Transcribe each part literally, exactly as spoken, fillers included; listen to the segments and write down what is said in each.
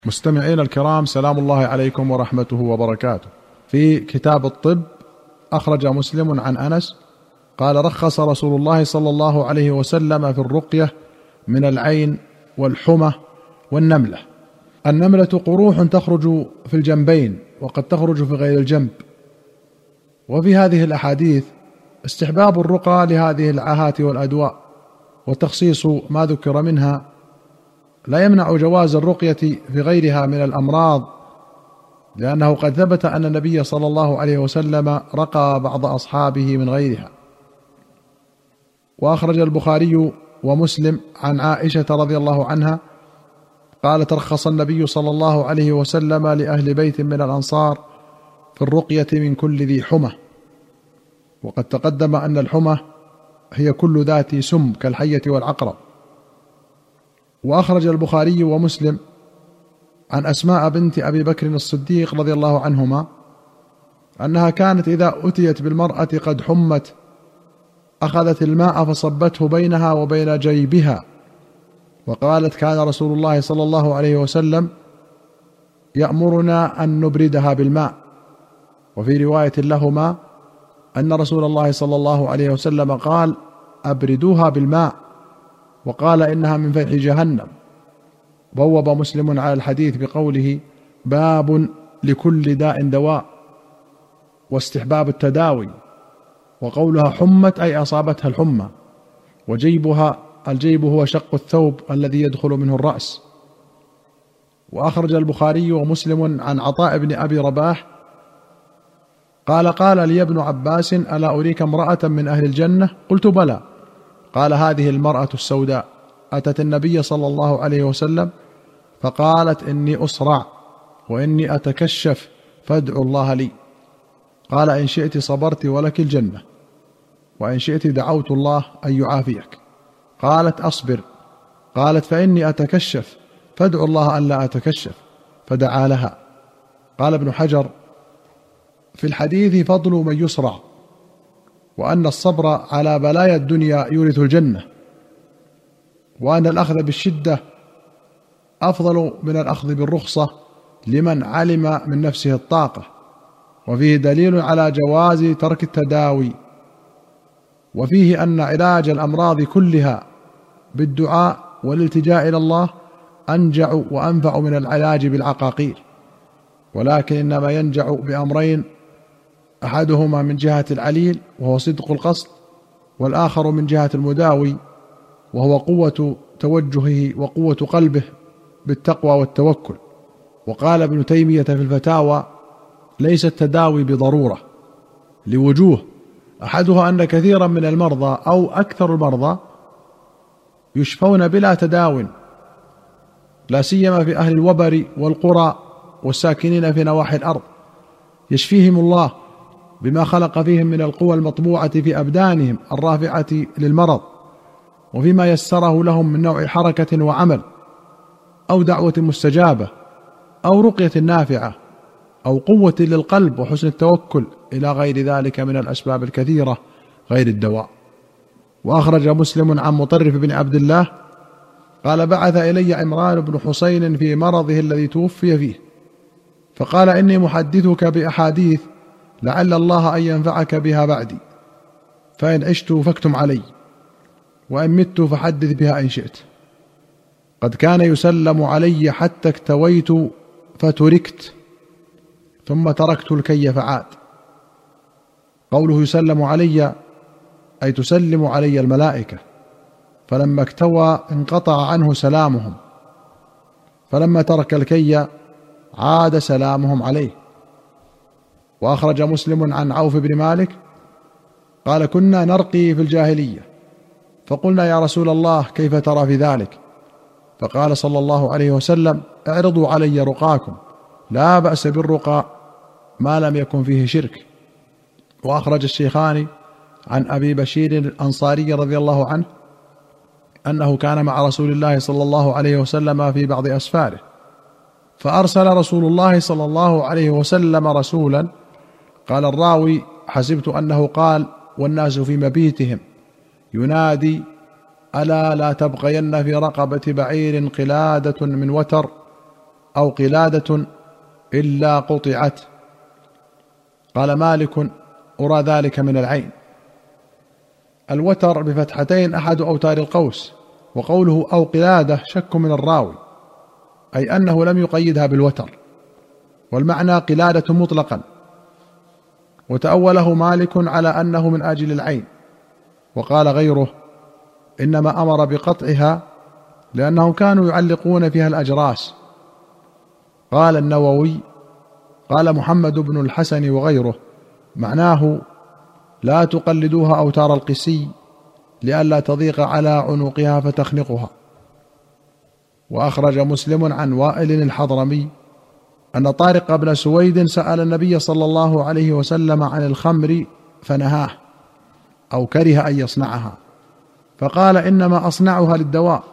مستمعينا الكرام، سلام الله عليكم ورحمته وبركاته. في كتاب الطب أخرج مسلم عن أنس قال: رخص رسول الله صلى الله عليه وسلم في الرقية من العين والحمى والنملة. النملة قروح تخرج في الجنبين وقد تخرج في غير الجنب. وفي هذه الأحاديث استحباب الرقى لهذه العاهات والأدواء، وتخصيص ما ذكر منها لا يمنع جواز الرقية في غيرها من الأمراض، لأنه قد ثبت أن النبي صلى الله عليه وسلم رقى بعض أصحابه من غيرها. وأخرج البخاري ومسلم عن عائشة رضي الله عنها قالت: رخص النبي صلى الله عليه وسلم لأهل بيت من الأنصار في الرقية من كل ذي حمى. وقد تقدم أن الحمى هي كل ذات سم كالحية والعقرب. وأخرج البخاري ومسلم عن أسماء بنت أبي بكر الصديق رضي الله عنهما أنها كانت إذا أتيت بالمرأة قد حمت أخذت الماء فصبته بينها وبين جيبها، وقالت: كان رسول الله صلى الله عليه وسلم يأمرنا أن نبردها بالماء. وفي رواية لهما أن رسول الله صلى الله عليه وسلم قال: أبردوها بالماء، وقال: إنها من فيح جهنم. بوب مسلم على الحديث بقوله: باب لكل داء دواء، واستحباب التداوي. وقولها حمت أي أصابتها الحمى، وجيبها الجيب هو شق الثوب الذي يدخل منه الرأس. وأخرج البخاري ومسلم عن عطاء بن أبي رباح قال: قال لي ابن عباس: ألا أريك امرأة من أهل الجنة؟ قلت: بلى. قال: هذه المرأة السوداء أتت النبي صلى الله عليه وسلم فقالت: إني أصرع وإني أتكشف فادعوا الله لي. قال: إن شئت صبرت ولك الجنة، وإن شئت دعوت الله أن يعافيك. قالت: أصبر. قالت: فإني أتكشف فادعوا الله أن لا أتكشف، فدعا لها. قال ابن حجر: في الحديث فضل من يصرع، وأن الصبر على بلايا الدنيا يورث الجنة، وأن الأخذ بالشدة أفضل من الأخذ بالرخصة لمن علم من نفسه الطاقة. وفيه دليل على جواز ترك التداوي، وفيه أن علاج الأمراض كلها بالدعاء والالتجاء إلى الله أنجع وأنفع من العلاج بالعقاقير، ولكن إنما ينجع بأمرين: أحدهما من جهة العليل وهو صدق القصد، والآخر من جهة المداوي وهو قوة توجهه وقوة قلبه بالتقوى والتوكل. وقال ابن تيمية في الفتاوى: ليس التداوي بضرورة لوجوه، أحدها أن كثيرا من المرضى أو أكثر المرضى يشفون بلا تداو، لا سيما في أهل الوبر والقرى والساكنين في نواحي الأرض، يشفيهم الله بما خلق فيهم من القوى المطبوعة في أبدانهم الرافعة للمرض، وفيما يسره لهم من نوع حركة وعمل أو دعوة مستجابة أو رقية نافعة أو قوة للقلب وحسن التوكل إلى غير ذلك من الأسباب الكثيرة غير الدواء. وأخرج مسلم عن مطرف بن عبد الله قال: بعث إلي عمران بن حسين في مرضه الذي توفي فيه، فقال: إني محدثك بأحاديث لعل الله أن ينفعك بها بعدي، فإن عشت فاكتم علي، وإن مت فحدث بها إن شئت. قد كان يسلم علي حتى اكتويت فتركت، ثم تركت الكي فعاد. قوله يسلم علي أي تسلم علي الملائكة، فلما اكتوى انقطع عنه سلامهم، فلما ترك الكي عاد سلامهم عليه. وأخرج مسلم عن عوف بن مالك قال: كنا نرقي في الجاهلية، فقلنا: يا رسول الله كيف ترى في ذلك؟ فقال صلى الله عليه وسلم: اعرضوا علي رقاكم، لا بأس بالرقى ما لم يكن فيه شرك. وأخرج الشيخان عن أبي بشير الأنصاري رضي الله عنه أنه كان مع رسول الله صلى الله عليه وسلم في بعض أسفاره، فأرسل رسول الله صلى الله عليه وسلم رسولا. قال الراوي: حسبت أنه قال والناس في مبيتهم ينادي: ألا لا تبقين في رقبة بعير قلادة من وتر أو قلادة إلا قطعت. قال مالك: أرى ذلك من العين. الوتر بفتحتين أحد أوتار القوس، وقوله أو قلادة شك من الراوي، أي أنه لم يقيدها بالوتر، والمعنى قلادة مطلقا، وتأوله مالك على أنه من أجل العين. وقال غيره: إنما أمر بقطعها لأنهم كانوا يعلقون فيها الأجراس. قال النووي: قال محمد بن الحسن وغيره: معناه لا تقلدوها أوتار القسي لئلا تضيق على عنقها فتخنقها. وأخرج مسلم عن وائل الحضرمي أن طارق بن سويد سأل النبي صلى الله عليه وسلم عن الخمر فنهاه أو كره أن يصنعها، فقال: إنما أصنعها للدواء.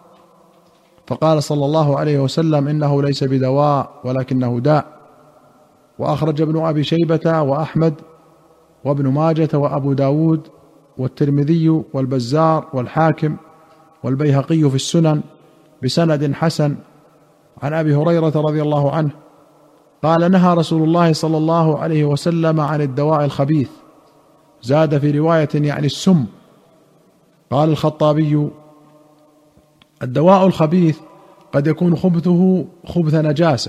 فقال صلى الله عليه وسلم: إنه ليس بدواء ولكنه داء. وأخرج ابن أبي شيبة وأحمد وابن ماجة وأبو داود والترمذي والبزار والحاكم والبيهقي في السنن بسند حسن عن أبي هريرة رضي الله عنه قال: نهى رسول الله صلى الله عليه وسلم عن الدواء الخبيث. زاد في رواية يعني السم. قال الخطابي: الدواء الخبيث قد يكون خبثه خبث نجاسة،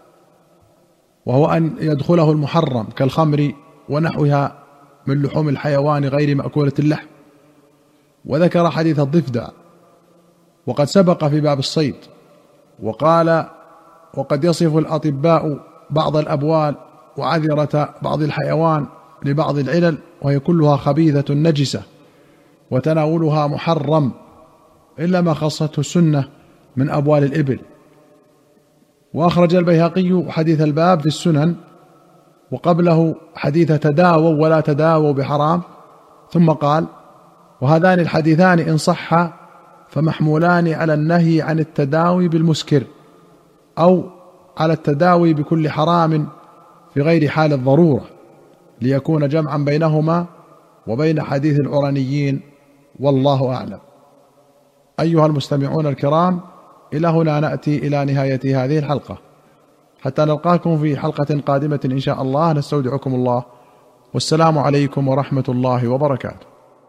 وهو أن يدخله المحرم كالخمر ونحوها من لحوم الحيوان غير مأكولة اللحم. وذكر حديث الضفدع وقد سبق في باب الصيد. وقال: وقد يصف الأطباء بعض الأبوال وعذرة بعض الحيوان لبعض العلل، وهي كلها خبيثة نجسة، وتناولها محرم إلا ما خصته السنة من أبوال الإبل. وأخرج البيهقي حديث الباب في السنن، وقبله حديث تداووا ولا تداووا بحرام، ثم قال: وهذان الحديثان إن صحا فمحمولان على النهي عن التداوي بالمسكر، أو على التداوي بكل حرام في غير حال الضرورة، ليكون جمعا بينهما وبين حديث العرنيين، والله أعلم. أيها المستمعون الكرام، إلى هنا نأتي إلى نهاية هذه الحلقة، حتى نلقاكم في حلقة قادمة إن شاء الله. نستودعكم الله، والسلام عليكم ورحمة الله وبركاته.